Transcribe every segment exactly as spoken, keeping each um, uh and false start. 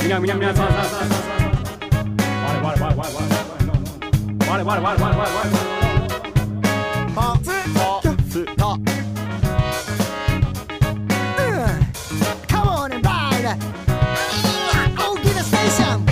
みなみなみなさんさんさんさんさんわれわれわれわれわれわれわれわれわれわれわれポッドキャスト Come on and ride 大きなステーション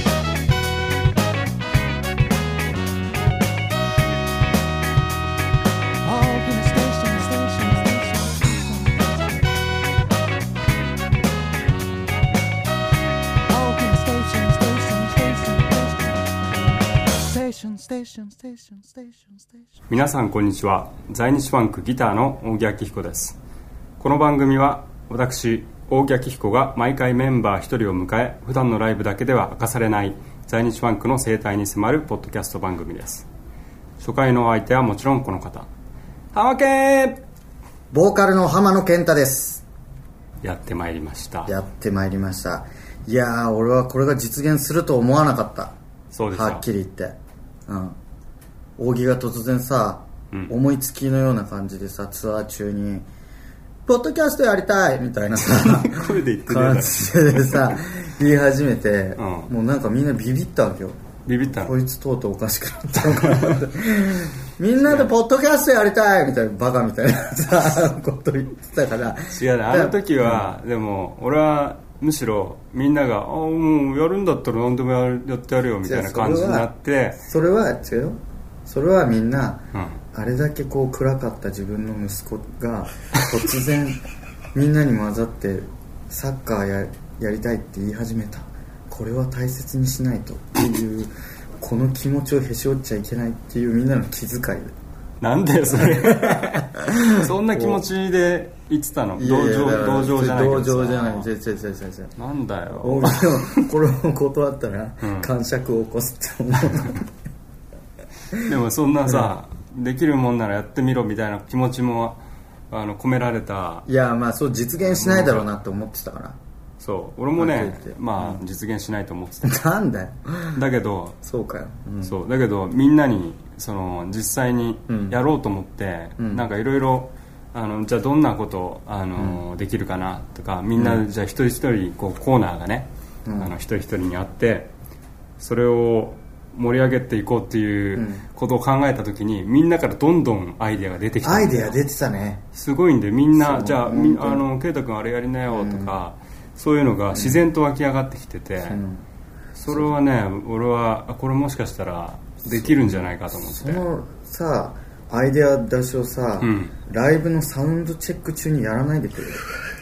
皆さんこんにちは。在日ファンクギターの大木明彦です。この番組は私大木明彦が毎回メンバー一人を迎え、普段のライブだけでは明かされない在日ファンクの生態に迫るポッドキャスト番組です。初回のお相手はもちろんこの方、浜健ボーカルの浜野健太です。 やってまいりました。 やってまいりました。いやー、俺はこれが実現すると思わなかった。 そうでしょ。 はっきり言って、うん、大木が突然さ、うん、思いつきのような感じでさ、ツアー中にポッドキャストやりたいみたいなさ声で言って感じでさ言い始めて、うん、もうなんかみんなビビったわけよ。 ビビったの？ こいつとうとうおかしくなったのかなってみんなでポッドキャストやりたいみたいなバカみたいなさこと言ってたから。 違うね、あの時は、うん、でも俺はむしろみんながあもうやるんだったら何でも や, やってやるよみたいな感じになって、 それは違うよ。それはみんな、うん、あれだけこう暗かった自分の息子が突然みんなに混ざってサッカー や, やりたいって言い始めた。これは大切にしないとっていうこの気持ちをへし折っちゃいけないっていうみんなの気遣いで。 なんだよそれそんな気持ちで言ってたの？同情同情じゃないけどさ。同情じゃない。違う違う違う違う。なんだよ。 これを断ったら感触を起こすって思う。でもそんなさ、うん、できるもんならやってみろみたいな気持ちもあの込められた。 いやまあそう実現しないだろうなって思ってたから。 そう俺もねまあ実現しないと思ってた。 なんだよ。 だけどそうかよ、 うん、そうだけどみんなにその実際にやろうと思って、うん、なんかいろいろあのじゃあどんなことあの、うん、できるかなとかみんな、うん、じゃあ一人一人こうコーナーがね、うん、あの一人一人にあってそれを盛り上げていこうっていうことを考えた時にみんなからどんどんアイデアが出てきた。 アイデア出てたね。 すごいんでみんなじゃあみあの圭太君あれやりなよとか、うん、そういうのが自然と湧き上がってきてて、うん、それはね俺はこれもしかしたらできるんじゃないかと思って。 そのさアイデア出しをさ、うん、ライブのサウンドチェック中にやらないでくれる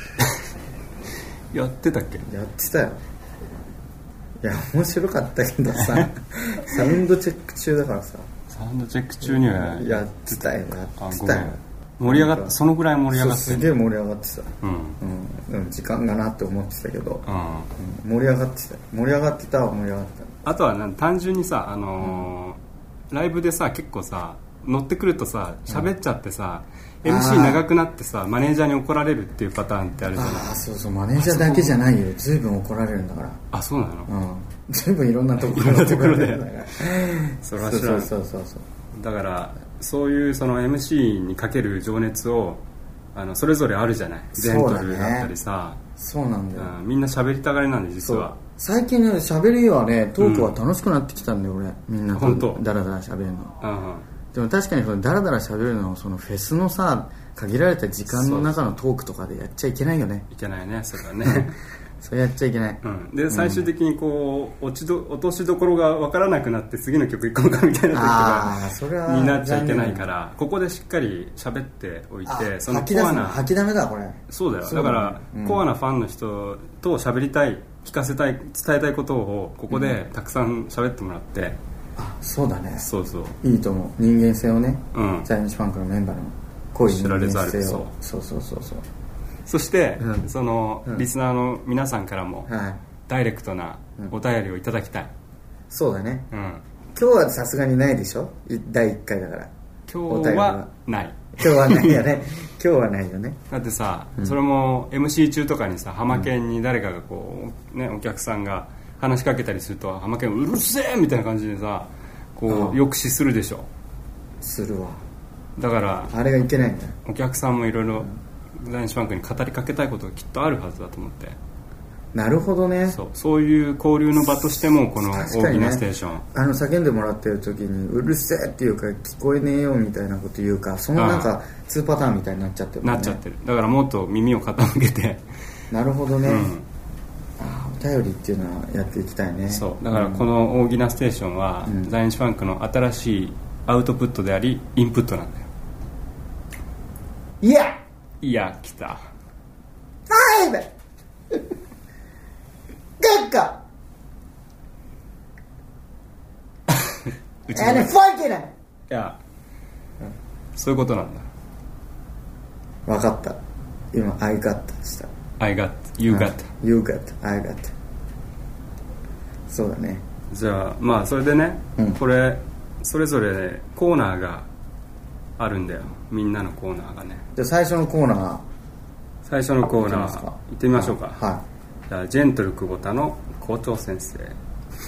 やってたっけ？ やってたよ。いや面白かったけどさサウンドチェック中だからさ。 サウンドチェック中にはやってたよ。やってたよ。 盛り上がっそのぐらい盛り上がってすげえ盛り上がってた、うんうん、でも時間がなって思ってたけど、うんうん、盛り上がってた盛り上がってたは盛り上がってた。 あとはなん単純にさ、あのーうん、ライブでさ結構さ乗ってくるとさ喋っちゃってさ、うん、エムシー 長くなってさマネージャーに怒られるっていうパターンってあるじゃない。 ああそうそうマネージャーだけじゃないよ。ずいぶん怒られるんだから。 あそうなの、 うん、ずいぶんいろんなところで怒られるんだからそれは知らない。そうそうそうそうだからそういうその エムシー にかける情熱をあのそれぞれあるじゃない。ゼントルだったりさ。 そうなんだよ、 うん、みんな喋りたがりなんで実は。 最近ね喋りはねトークは楽しくなってきたんだよ、うん、俺みんなとダラダラ喋るの、 うん、 でも確かにそのダラダラ喋るのをそのフェスのさ限られた時間の中のトークとかでやっちゃいけないよね。 いけないねそれはねそれやっちゃいけない、 うん、で最終的にこう落ちど落としどころが分からなくなって次の曲行こうかみたいな時とかになっちゃいけないからここでしっかり喋っておいてそのコアな吐きだめだこれ。 そうだよ。だから、うん、コアなファンの人と喋りたい聞かせたい伝えたいことをここでたくさん喋ってもらって、うん、 あそうだね。 そうそういいと思う。人間性をね、うん、在日ファンクのメンバーのこういう人間性をそうそうそうそうそして、うん、その、うん、リスナーの皆さんからも、はい、ダイレクトなお便りをいただきたい、うん、 そうだね、うん、今日はさすがにないでしょだいいっかいだから今日はない今日はないよね今日はないよね。 だってさ、うん、それも エムシー 中とかにさハマケンに誰かがこう、ね、お客さんが話しかけたりするとハマケンうるせえみたいな感じでさこう抑止するでしょ。 するわ。 だからあれがいけないんだよ。 お客さんもいろいろ在日ファンクに語りかけたいことがきっとあるはずだと思って。 なるほどね。 そう、そういう交流の場としてもこの大きなステーション、ね、 あの叫んでもらってる時にうるせえっていうか聞こえねえよみたいなこと言うか、そのなんかにパターンみたいになっちゃってるもんね。 なっちゃってる。だからもっと耳を傾けてなるほどね、うん、 あお便りっていうのはやっていきたいね。 そうだからこの大きなステーションは、うん、在日ファンクの新しいアウトプットでありインプットなんだよ。 いやいや来たはいべガッカうちの and fucking it いや、うん、そういうことなんだ。 分かった。今 I got した。 I got you got you got I got そうだね。 じゃあまあそれでね、うん、これそれぞれコーナーがあるんだよ。みんなのコーナーがね。 じゃあ最初のコーナー最初のコーナー行ってみましょうか。 はい、はい、 じゃあジェントル久保田の校長先生。校長先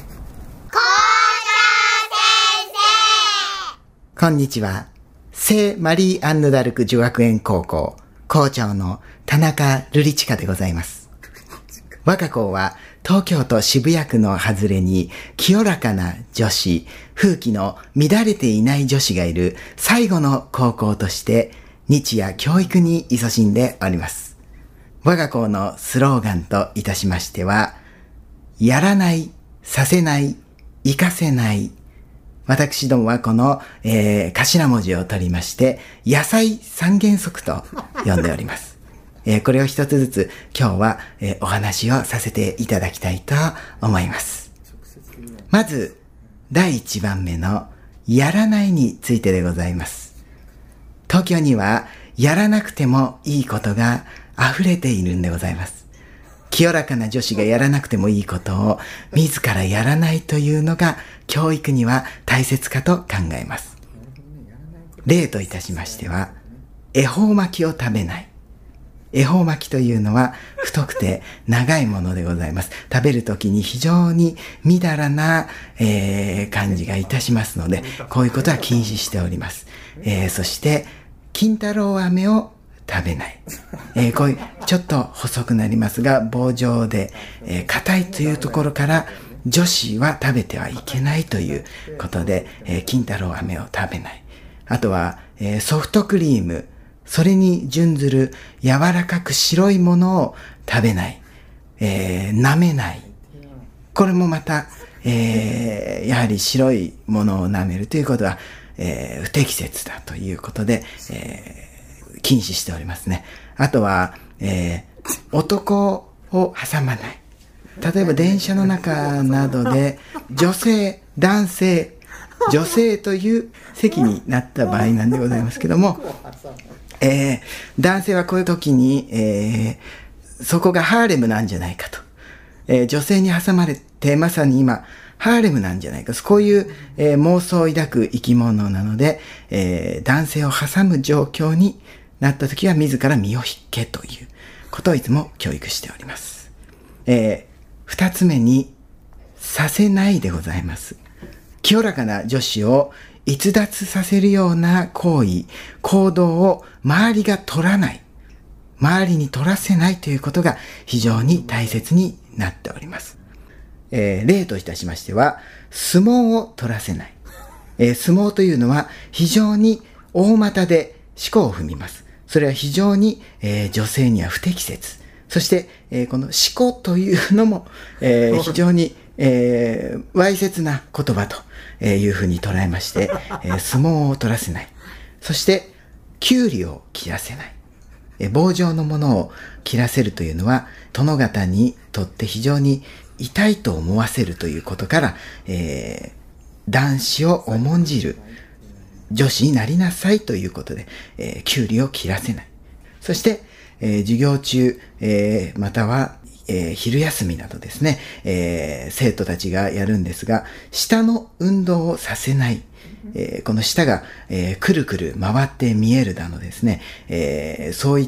生こんにちは。聖マリー・アンヌ・ダルク女学園高校校長の田中瑠璃千佳でございます。我が校は東京都渋谷区の外れに清らかな女子、風紀の乱れていない女子がいる最後の高校として日夜教育に勤しんでおります。我が校のスローガンといたしましては、やらない、させない、生かせない。私どもはこの、えー、頭文字を取りまして、野菜三原則と呼んでおります。えー、これを一つずつ今日は、えー、お話をさせていただきたいと思います。まず、第一番目の、やらないについてでございます。東京には、やらなくてもいいことが溢れているんでございます。清らかな女子がやらなくてもいいことを自らやらないというのが教育には大切かと考えます。例といたしましては、恵方巻きを食べない。恵方巻きというのは太くて長いものでございます。食べるときに非常にみだらな、えー、感じがいたしますので、こういうことは禁止しております。えー、そして、金太郎飴を食べない。えー、こういう、ちょっと細くなりますが、棒状で、えー、硬いというところから、女子は食べてはいけないということで、えー、金太郎飴を食べない。あとは、えー、ソフトクリーム、それに準ずる柔らかく白いものを食べない。えー、舐めない。これもまた、えー、やはり白いものを舐めるということは、えー、不適切だということで、えー、禁止しておりますね。あとは、えー、男を挟まない。例えば電車の中などで女性、男性、女性という席になった場合なんでございますけども、えー、男性はこういう時に、えー、そこがハーレムなんじゃないかと。えー、女性に挟まれてまさに今、ハーレムなんじゃないか。こういう、えー、妄想を抱く生き物なので、えー、男性を挟む状況になった時は自ら身を引けということをいつも教育しております。えー、二つ目に、させないでございます。清らかな女子を逸脱させるような行為、行動を周りが取らない。周りに取らせないということが非常に大切になっております。えー、例といたしましては、相撲を取らせない。えー、相撲というのは非常に大股で四股を踏みます。それは非常に、えー、女性には不適切。そして、えー、この四股というのも、えー、非常に、えー、わいせつな言葉というふうに捉えまして、えー、相撲を取らせない。そして、キュウリを切らせない。えー、棒状のものを切らせるというのは、殿方にとって非常に痛いと思わせるということから、えー、男子を重んじる女子になりなさいということで、えー、キュウリを切らせない。そして、えー、授業中、えー、または、えー、昼休みなどですね、えー、生徒たちがやるんですが、舌の運動をさせない。えー、この舌が、えー、くるくる回って見えるだのですね、えー、そういった、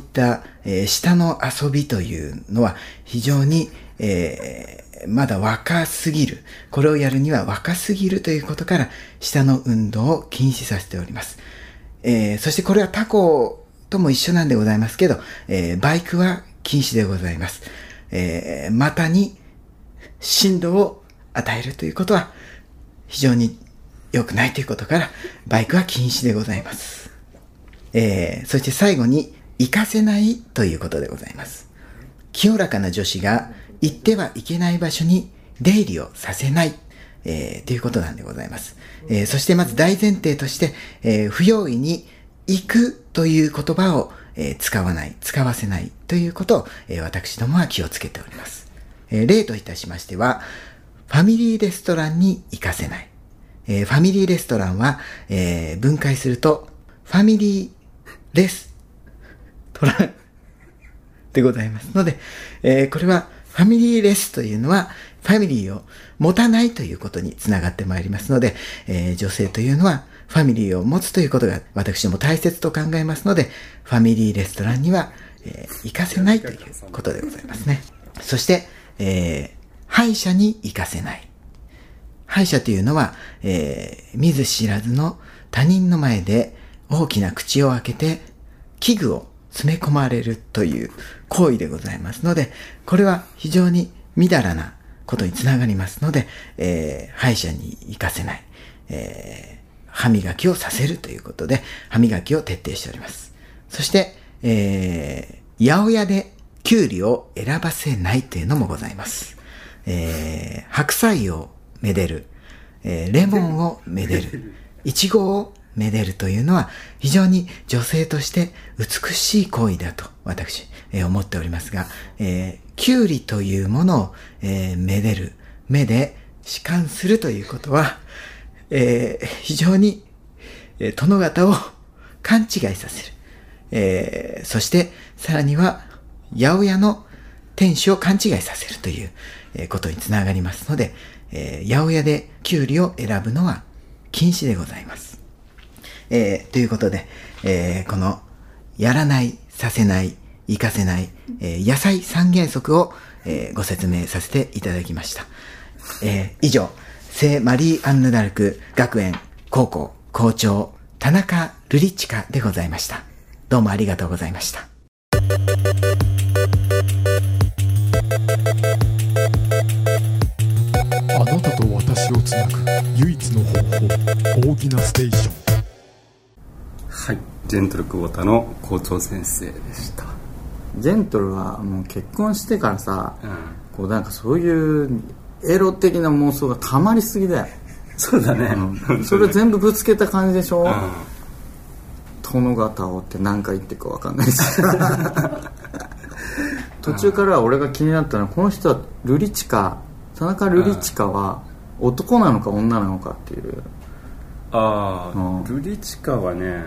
えー、舌の遊びというのは非常に、えー、まだ若すぎる。これをやるには若すぎるということから、舌の運動を禁止させております。えー、そしてこれは他校とも一緒なんでございますけど、えー、バイクは禁止でございます。 えー、股に振動を与えるということは非常に良くないということから、バイクは禁止でございます。えー、そして最後に、行かせないということでございます。清らかな女子が行ってはいけない場所に出入りをさせない、えー、ということなんでございます。えー、そしてまず大前提として、えー、不用意に行くという言葉を、えー、使わない、使わせないということを、えー、私どもは気をつけております。えー、例といたしましては、ファミリーレストランに行かせない。えー、ファミリーレストランは、えー、分解すると、ファミリーレストランでございますので、えー、これはファミリーレスというのは、ファミリーを持たないということにつながってまいりますので、えー、女性というのはファミリーを持つということが私ども大切と考えますので、ファミリーレストランには、えー、行かせないということでございますね。そして、えー、歯医者に行かせない。歯医者というのは、えー、見ず知らずの他人の前で大きな口を開けて器具を詰め込まれるという行為でございますので、これは非常にみだらなことにつながりますので、えー、歯医者に行かせない、えー、歯磨きをさせるということで、歯磨きを徹底しております。そして、えー、八百屋でキュウリを選ばせないというのもございます。えー、白菜をめでる、えー、レモンをめでる、イチゴをめでるというのは非常に女性として美しい行為だと私、えー、思っておりますが、えー、キュウリというものを、えー、めでる、目で弛緩するということは、えー、非常に、えー、殿方を勘違いさせる、えー、そしてさらには八百屋の店主を勘違いさせるという、えー、ことにつながりますので、えー、八百屋でキュウリを選ぶのは禁止でございます。えー、ということで、えー、このやらない、させない、行かせない、えー、野菜三原則を、えー、ご説明させていただきました。えー、以上、聖マリー・アンヌ・ダルク学園高校校長田中瑠璃チカでございました。どうもありがとうございました。 あなたと私をつなぐ唯一の方法、大きなステーション。 はい、ジェントル久保田の校長先生でした。 ジェントルはもう結婚してからさ、 うん、 こうなんかそういうエロ的な妄想がたまりすぎだよ。 そうだね、 うん、それ全部ぶつけた感じでしょ、うん、殿方をって何回言ってるか分かんないし途中から俺が気になったのは、この人は瑠璃チカ、田中瑠璃チカは男なのか女なのかっていう。 ああ、瑠璃チカはね、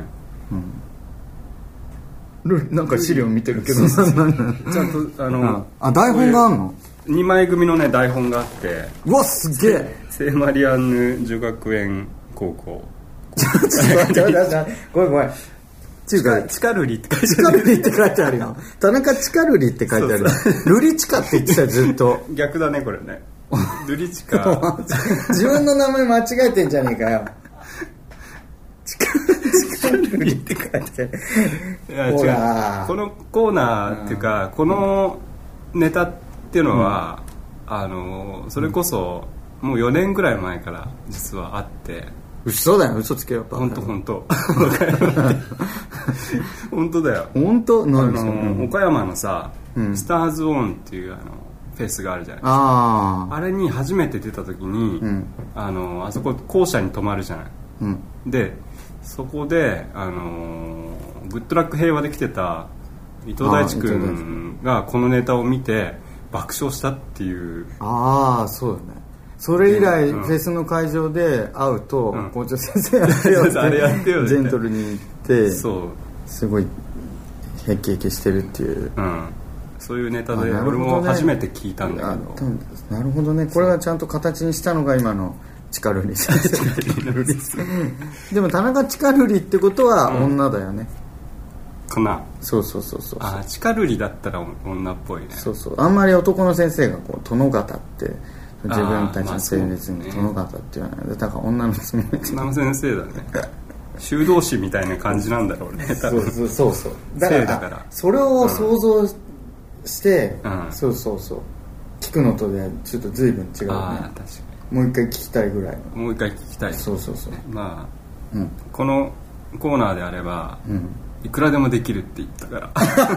うん、なんか資料見てるけどちゃんとあのあ台本があるの、 にまい組のね台本があって、 うわすげえ、 聖マリアンヌ女学園高校ちょっと待って待ってごめんごめん、 チカチカルリって書いてある。 チカルリって書いてあるよ。田中チカルリって書いてあるよ。ルリチカって言ってたよずっと。 逆だねこれね。ルリチカ。 自分の名前間違えてんじゃねえかよ。チカルリって書いてある。 いや違う。このコーナーっていうか、このネタっていうのは、うん、あのそれこそもうよねんぐらい前から実はあって。 嘘だよ、嘘つけよ。 本当本当。本当だよ。 本当？何ですか？ あの岡山のさ、うん、スターズオンっていうあのフェスがあるじゃないですか。 ああれに初めて出た時に、うん、あのあそこ校舎に泊まるじゃない。うん、でそこであのグッドラック平和で来てた伊藤大地君がこのネタを見て爆笑したっていう。 ああそうだね。それ以来、うん、フェスの会場で会うと、うん、校長先生やってよってあれやってよってジェントルに言ってそうすごいヘキヘキしてるっていう、 うん、そういうネタで、ね、俺も初めて聞いたんだけど。 なるほどね。これはちゃんと形にしたのが今のチカルリ先生でも田中チカルリってことは女だよね、 うん、かな。 そうそうそうそう。 あチカルリだったら女っぽいね。 そうそう。あんまり男の先生がこう殿方って自分たちの性別に殿方って言わない、まあね、だから女の先生女の先生だね修道士みたいな感じなんだろうね。 そうそうそうそうだから、だからそれを想像して、 うん、 そうそうそう聞くのとでちょっと随分違うね。 あ確かにもう一回聞きたいぐらいの。 もう一回聞きたい。 そうそうそう。 まあ、 うん、 このコーナーであれば、うん、いくらでもできるって言ったから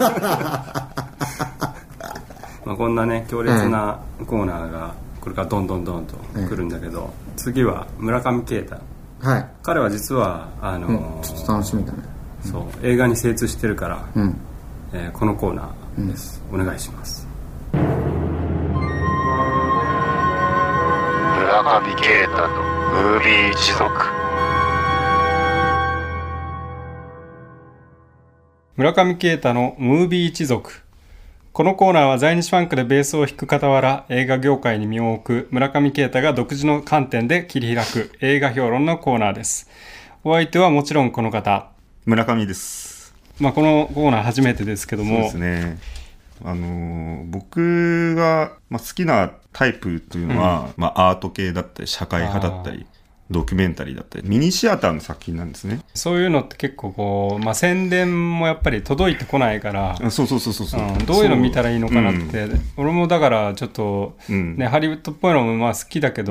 まあこんなね強烈なコーナーがこれからどんどんどんと来るんだけど、うん、次は村上慶太、 はい、 彼は実はあのーうん、ちょっと楽しみだね。 そう、うん、映画に精通してるから、 うんえー、このコーナーです、うん、お願いします。 村上慶太のムービー一族。 村上慶太のムービー一族。このコーナーは在日ファンクでベースを弾く傍ら映画業界に身を置く村上慶太が独自の観点で切り開く映画評論のコーナーです。お相手はもちろんこの方、 村上です。 まあ、このコーナー初めてですけども、 そうですね、あのー、僕が、まあ、好きなタイプというのは、うん、まあ、アート系だったり社会派だったりドキュメンタリーだったりミニシアターの作品なんですね。 そういうのって結構こう、まあ、宣伝もやっぱり届いてこないから、 そうそうそうそうそう、 うん、どういうの見たらいいのかなって、うん、俺もだからちょっと、うんね、ハリウッドっぽいのもまあ好きだけど、うん、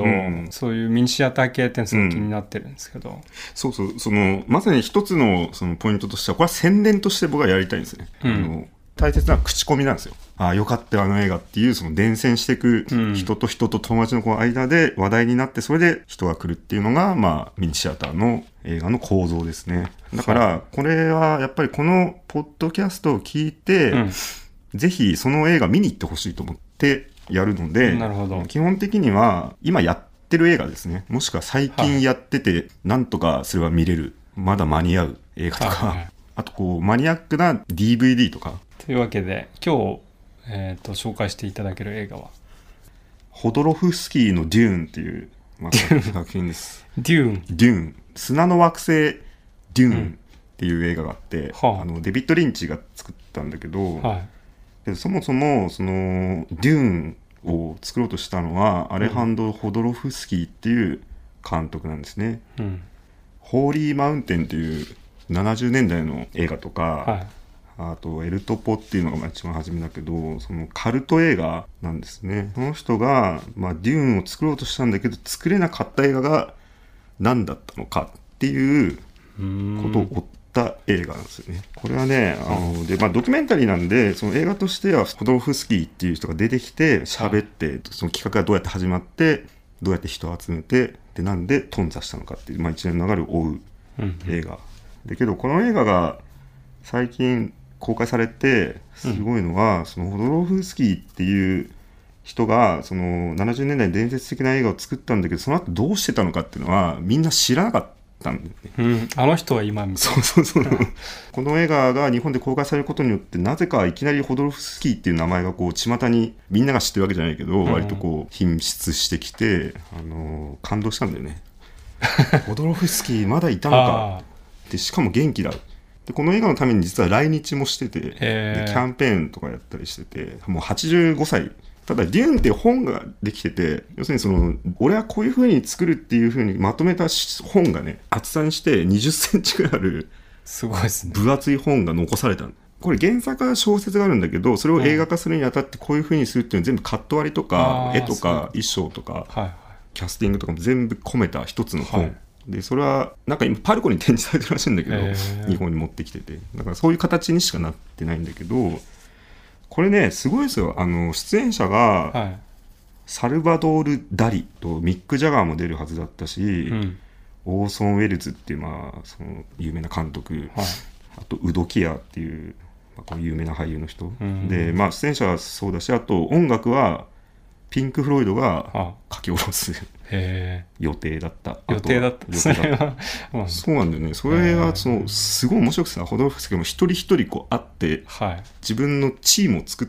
そういうミニシアター系ってすごい気になってるんですけど、うん、 そうそう、そのまさに一つ の, そのポイントとしてはこれは宣伝として僕はやりたいんですね、うん、あの大切な口コミなんですよ。ああよかったよあの映画っていうその伝染していく人と人と友達のこの間で話題になってそれで人が来るっていうのが、まあ、ミニシアターの映画の構造ですね。だからこれはやっぱりこのポッドキャストを聞いて、うん、ぜひその映画見に行ってほしいと思ってやるので、 なるほど。 基本的には今やってる映画ですね、もしくは最近やっててなんとかそれは見れる、まだ間に合う映画とか、はいはい、あとこうマニアックな ディーブイディー とか。 というわけで今日、えー、と紹介していただける映画はホドロフスキーのデューンっていう、まあ、作品です。 デューンデューン砂の惑星デューンっていう映画があって、うん、あのデビッド・リンチが作ったんだけど、はい、でそもそもそのデューンを作ろうとしたのはアレハンド・ホドロフスキーっていう監督なんですね、うん、ホーリーマウンテンっていうななじゅうねんだいの映画とか、はい、あとエルトポっていうのが一番初めだけどそのカルト映画なんですね。その人が、まあ、デューンを作ろうとしたんだけど作れなかった映画が何だったのかっていうことを追った映画なんですよね。これはねあので、まあ、ドキュメンタリーなんでその映画としてはホドロフスキーっていう人が出てきて喋ってその企画がどうやって始まってどうやって人を集めてでなんで頓挫したのかっていう、まあ、一連の流れを追う映画、うん、だけどこの映画が最近公開されてすごいのは、うん、そのホドロフスキーっていう人がそのななじゅうねんだいに伝説的な映画を作ったんだけどその後どうしてたのかっていうのはみんな知らなかったんだよね、 うん、あの人は今みたいな。 そうそうそうこの映画が日本で公開されることによってなぜかいきなりホドロフスキーっていう名前がこう巷にみんなが知ってるわけじゃないけど、うん、割とこう品質してきて、あのー、感動したんだよねホドロフスキーまだいたのかでしかも元気だ。でこの映画のために実は来日もしてて、でキャンペーンとかやったりしててもうはちじゅうごさい。ただデューンって本ができてて要するにその俺はこういう風に作るっていう風にまとめた本がね厚さにしてにじゅっセンチくらいあるすごいですね分厚い本が残された。これ原作は小説があるんだけどそれを映画化するにあたってこういう風にするっていうのは全部カット割りとか絵とか衣装とか、はいはい、キャスティングとかも全部込めた一つの本、はいでそれはなんか今パルコに展示されてるらしいんだけど、えー、日本に持ってきててだからそういう形にしかなってないんだけどこれねすごいですよ。あの出演者が、はい、サルバドール・ダリとミック・ジャガーも出るはずだったし、うん、オーソン・ウェルズっていう、まあ、その有名な監督、はい、あとウド・キアっていう、まあ、こう有名な俳優の人、うん、で、まあ、出演者はそうだしあと音楽はピンク・フロイドが書き下ろす予定だった予定だった予定だったうん、そうなんだよね。それがそのすごい面白くてさホドロフスキーも一人一人こう会って、はい、自分のチームを作って、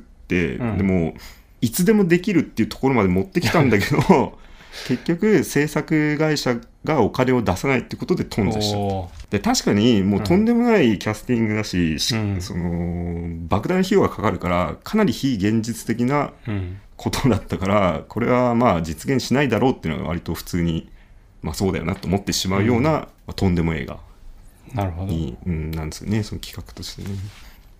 うん、でもいつでもできるっていうところまで持ってきたんだけど結局制作会社がお金を出さないってことで頓挫しちゃった。で確かにもうとんでもないキャスティングだし、うん、その莫大な費用がかかるからかなり非現実的な、うんことだったからこれはまあ実現しないだろうっていうのは割と普通に、まあ、そうだよなと思ってしまうような、うんまあ、とんでも映画になるほど、 うん、なんですよねその企画としてね。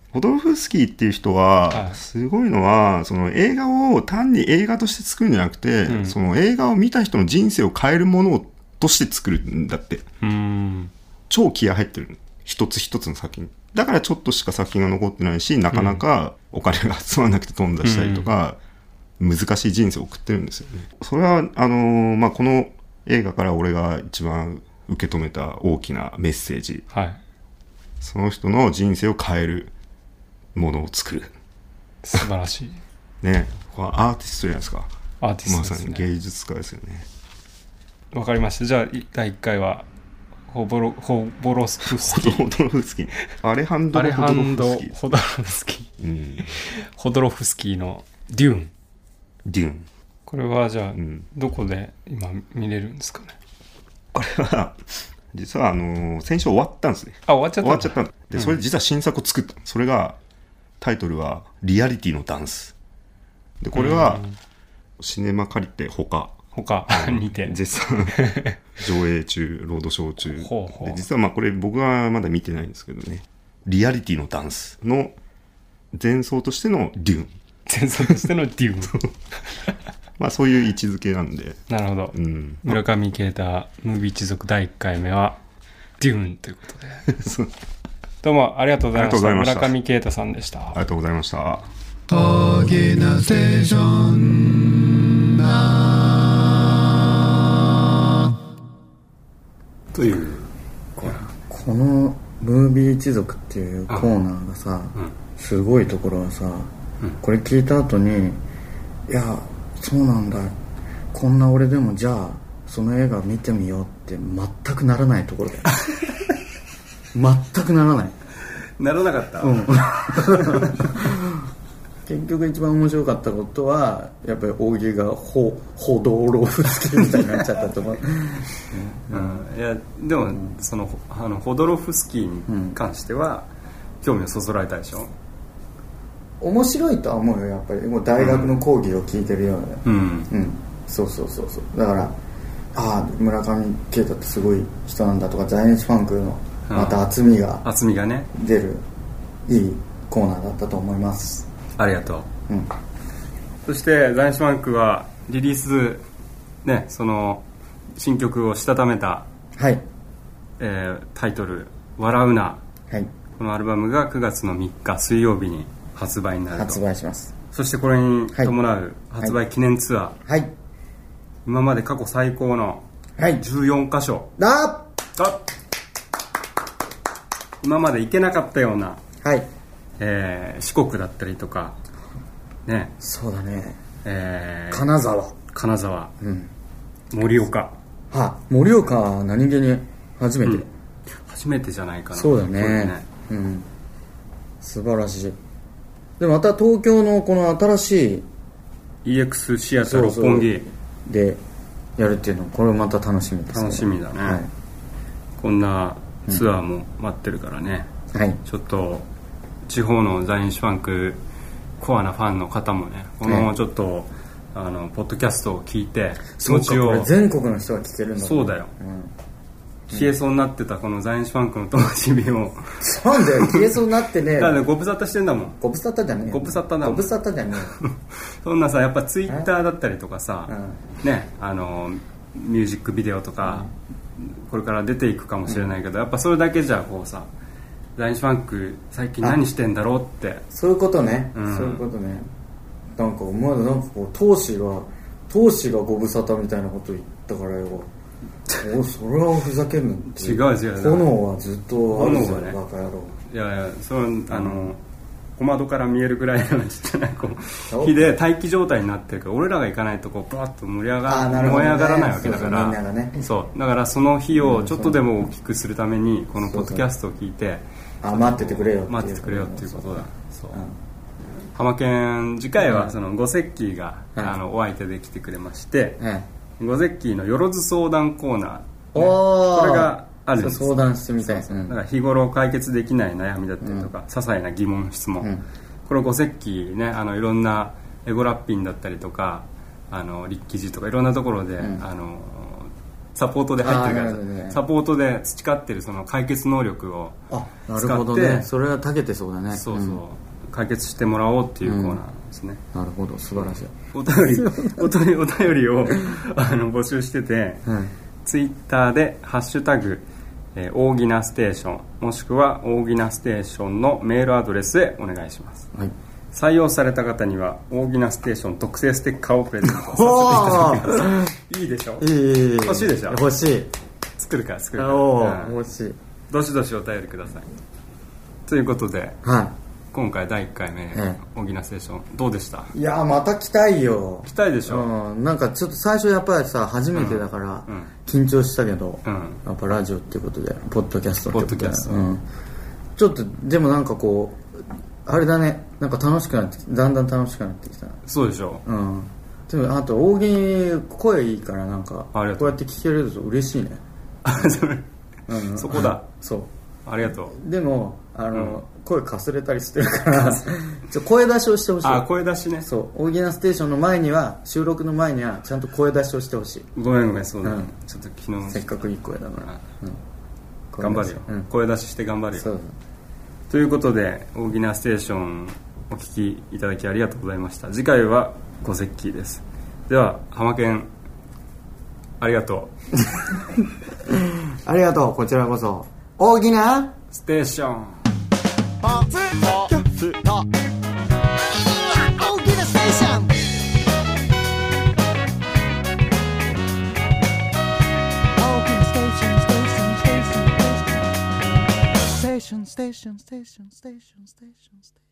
ホドロフスキーっていう人はすごいのは、その映画を単に映画として作るんじゃなくて、うん、その映画を見た人の人生を変えるものとして作るんだって。うーん、超気合入ってる、一つ一つの作品だからちょっとしか作品が残ってないし、なかなかお金が集まらなくて飛んだしたりとか、うん、難しい人生を送ってるんですよね。それはあのーまあ、この映画から俺が一番受け止めた大きなメッセージ、はい、その人の人生を変えるものを作る。 素晴らしいね。これアーティストじゃないですか。 アーティストですね。 まさに芸術家ですよね。 わかりました。じゃあだいいっかいはホボロホボロフスキーホドロフスキーアレハンドロホドロフスキーホドロフスキー、うん、ホドロフスキーのデューンデューンこれはじゃあ、うん、どこで今見れるんですかね。 これは実はあのー、先週終わったんですね。 あ、終わっちゃった。 終わっちゃったんで、うん、それ実は新作を作った。それがタイトルはリアリティのダンスで、これはシネマ借りて他他にて絶賛上映中ロードショー中ほうほうで、実はまあこれ僕はまだ見てないんですけどね、リアリティのダンスの前奏としてのデューン前奏としてのデューンまあそういう位置づけなんで。 なるほど、うん、村上慶太ムービー一族だいいっかいめはデューンということでどうもありがとうございました。村上慶太さんでした。 ありがとうございました。 トゲナステーションというこのムービー一族っていうコーナーがさ、うん、すごいところはさ、うん、これ聞いた後にいやそうなんだこんな俺でもじゃあその映画見てみようって全くならないところだよ全くならないならなかった、うん結局一番面白かったことはやっぱり扇がホホドロフスキーみたいになっちゃったと思う、 うんうん、いやでも、うん、そのあのホドロフスキーに関しては、うん、興味をそそられたでしょ。 面白いとは思うよやっぱり。もう大学の講義を聞いてるような、 うんうん、そうそうそうそうだからああ村上慶太ってすごい人なんだとかザインチファンクのまた厚みが厚みがね出るいいコーナーだったと思います。 ありがとう、うん、そしてザインシュマンクはリリースねその新曲をしたためた、 はいえー、タイトル笑うな、 はい、 このアルバムがくがつのみっか水曜日に発売になると。 発売します。 そしてこれに伴う発売記念ツアー、 はいはい、 今まで過去最高のじゅうよんかしょ、 はい、 あ今まで行けなかったような、 はいえー、四国だったりとかね、 そうだね、 えー、 金沢金沢、 うん、 盛岡、 は盛岡は何気に初めて、うん、 初めてじゃないかな。 そうだ ね, ね、うん、素晴らしい。でまた東京のこの新しいイーエックス シアター六本木でやるっていうのこれまた楽しみですね。 楽しみだね、はい、こんなツアーも待ってるからね、 うん、はい、 ちょっと地方のザインシュファンクコアなファンの方もねこのちょっと、ね、あのポッドキャストを聞いて気持ちを、そうかこれ全国の人が聞けるんだ、ね、 そうだよ、うん、消えそうになってたこのザインシュファンクの灯火をなんで消えそうになってねだからねご無沙汰してんだもん。 ご無沙汰じゃねえご無沙汰だもん。 ご無沙汰じゃねえそんなさやっぱツイッターだったりとかさ、うん、ねあのミュージックビデオとか、うん、これから出ていくかもしれないけど、うん、やっぱそれだけじゃこうさザインシュファンク最近何してんだろうってそういうことね、うん、そういうことね。なんかまだなんかこう闘志が闘志がご無沙汰みたいなこと言ったからよおそれはふざけんのって違う違う炎はずっとあるぜ、ね、バカ野郎。 いやいやそれはあの小窓から見えるぐらいのちっちゃなこう火で待機状態になってるから俺らが行かないとこうバーッと盛り上が、ね、燃え上がらないわけだからそうそう、みんながね、 そうだからその火をちょっとでも大きくするためにこのポッドキャストを聞いてあ待っててくれよ待っててくれよっていうことだ。そう、うん、浜県次回はその五石器が、うん、あのお相手で来てくれまして、うん、五石器のよろず相談コーナー、ね、 おこれがあるんです。 相談してみたい。 そうそう、うん、だから日頃解決できない悩みだったりとか、うん、些細な疑問質問、うん、これ五石器ねあのいろんなエゴラッピンだったりとかあの立記事とかいろんなところで、うん、あのサポートで入ってるから、ね、サポートで培ってるその解決能力を使って、 なるほどね、それは長けてそうだね。 そうそう、うん、解決してもらおうっていうコーナーですね、 うん、なるほど、素晴らしい。 お便りお便りお便りをあの募集してて、はい、ツイッターでハッシュタグえー、大喜なステーションもしくは大喜なステーションのメールアドレスへお願いします、はい、採用された方には大喜なステーション特製ステッカーをプレゼントさせていただきますいいでしょ、いい欲しいでしょ、 欲しい、 作るから作るから、 おー、うん、欲しい。 どしどしお便りくださいということで、はい、今回だいいっかいめ、大喜なステーションどうでした？ いやまた来たいよ。 来たいでしょ、 うん、なんかちょっと最初やっぱりさ初めてだから緊張したけど、うん、やっぱラジオっていうことでポッドキャストってことで、うん、ちょっとでもなんかこうあれだね、なんか楽しくなってきて、だんだん楽しくなってきた。 そうでしょ、 うん、でもあと大喜利声いいからなんかこうやって聞けると嬉しいねうん、そこだそうありがとう。でもあの、うん、声かすれたりしてるからちょ声出しをしてほしい。 あ、声出しね。 そう大喜なステーションの前には、収録の前にはちゃんと声出しをしてほしい。 ごめんごめん、そうだ、ね、うん、 ちょっと昨日せっかくいい声だから、うん、 頑張るよ、うん、声出しして頑張るよ。そうということで大喜なステーションお聞きいただきありがとうございました。次回はごゼッキーです。では浜県ありがとうありがとう。こちらこそ大喜なステーションポツポツと大きなステーション大きなステーションステーションステーションステーションステーションステーションステーションステーションステーション